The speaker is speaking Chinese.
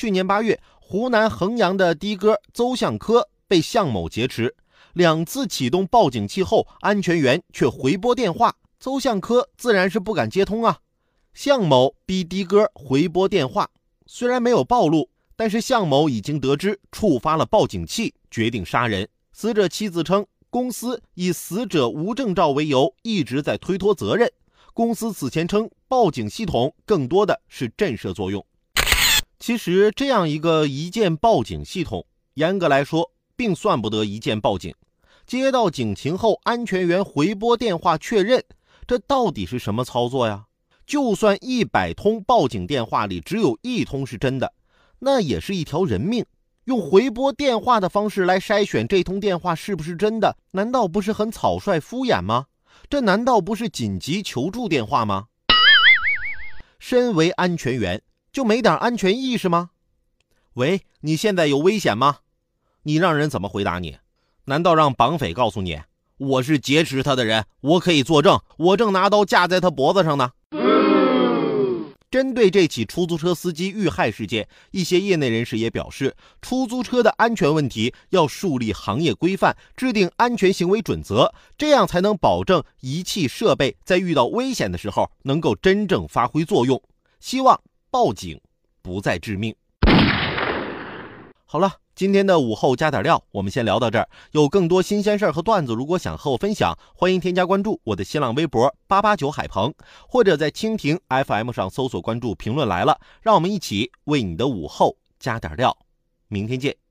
去年8月，湖南衡阳的的哥邹向科被向某劫持，2次启动报警器后，安全员却回拨电话，邹向科自然是不敢接通啊。向某逼的哥回拨电话，虽然没有暴露，但是向某已经得知触发了报警器，决定杀人。死者妻子称，公司以死者无证照为由一直在推脱责任。公司此前称，报警系统更多的是震慑作用。其实这样一个一键报警系统，严格来说并算不得一键报警。接到警情后，安全员回拨电话确认，这到底是什么操作呀？就算100通报警电话里只有1通是真的，那也是一条人命。用回拨电话的方式来筛选这通电话是不是真的，难道不是很草率敷衍吗？这难道不是紧急求助电话吗？身为安全员，就没点安全意识吗？喂，你现在有危险吗？你让人怎么回答你？难道让绑匪告诉你，我是劫持他的人，我可以作证，我正拿刀架在他脖子上呢？针对这起出租车司机遇害事件，一些业内人士也表示，出租车的安全问题要树立行业规范，制定安全行为准则，这样才能保证仪器设备在遇到危险的时候能够真正发挥作用。希望报警不再致命。好了，今天的午后加点料我们先聊到这儿。有更多新鲜事儿和段子，如果想和我分享，欢迎添加关注我的新浪微博889海鹏，或者在蜻蜓 FM 上搜索关注评论来了，让我们一起为你的午后加点料。明天见。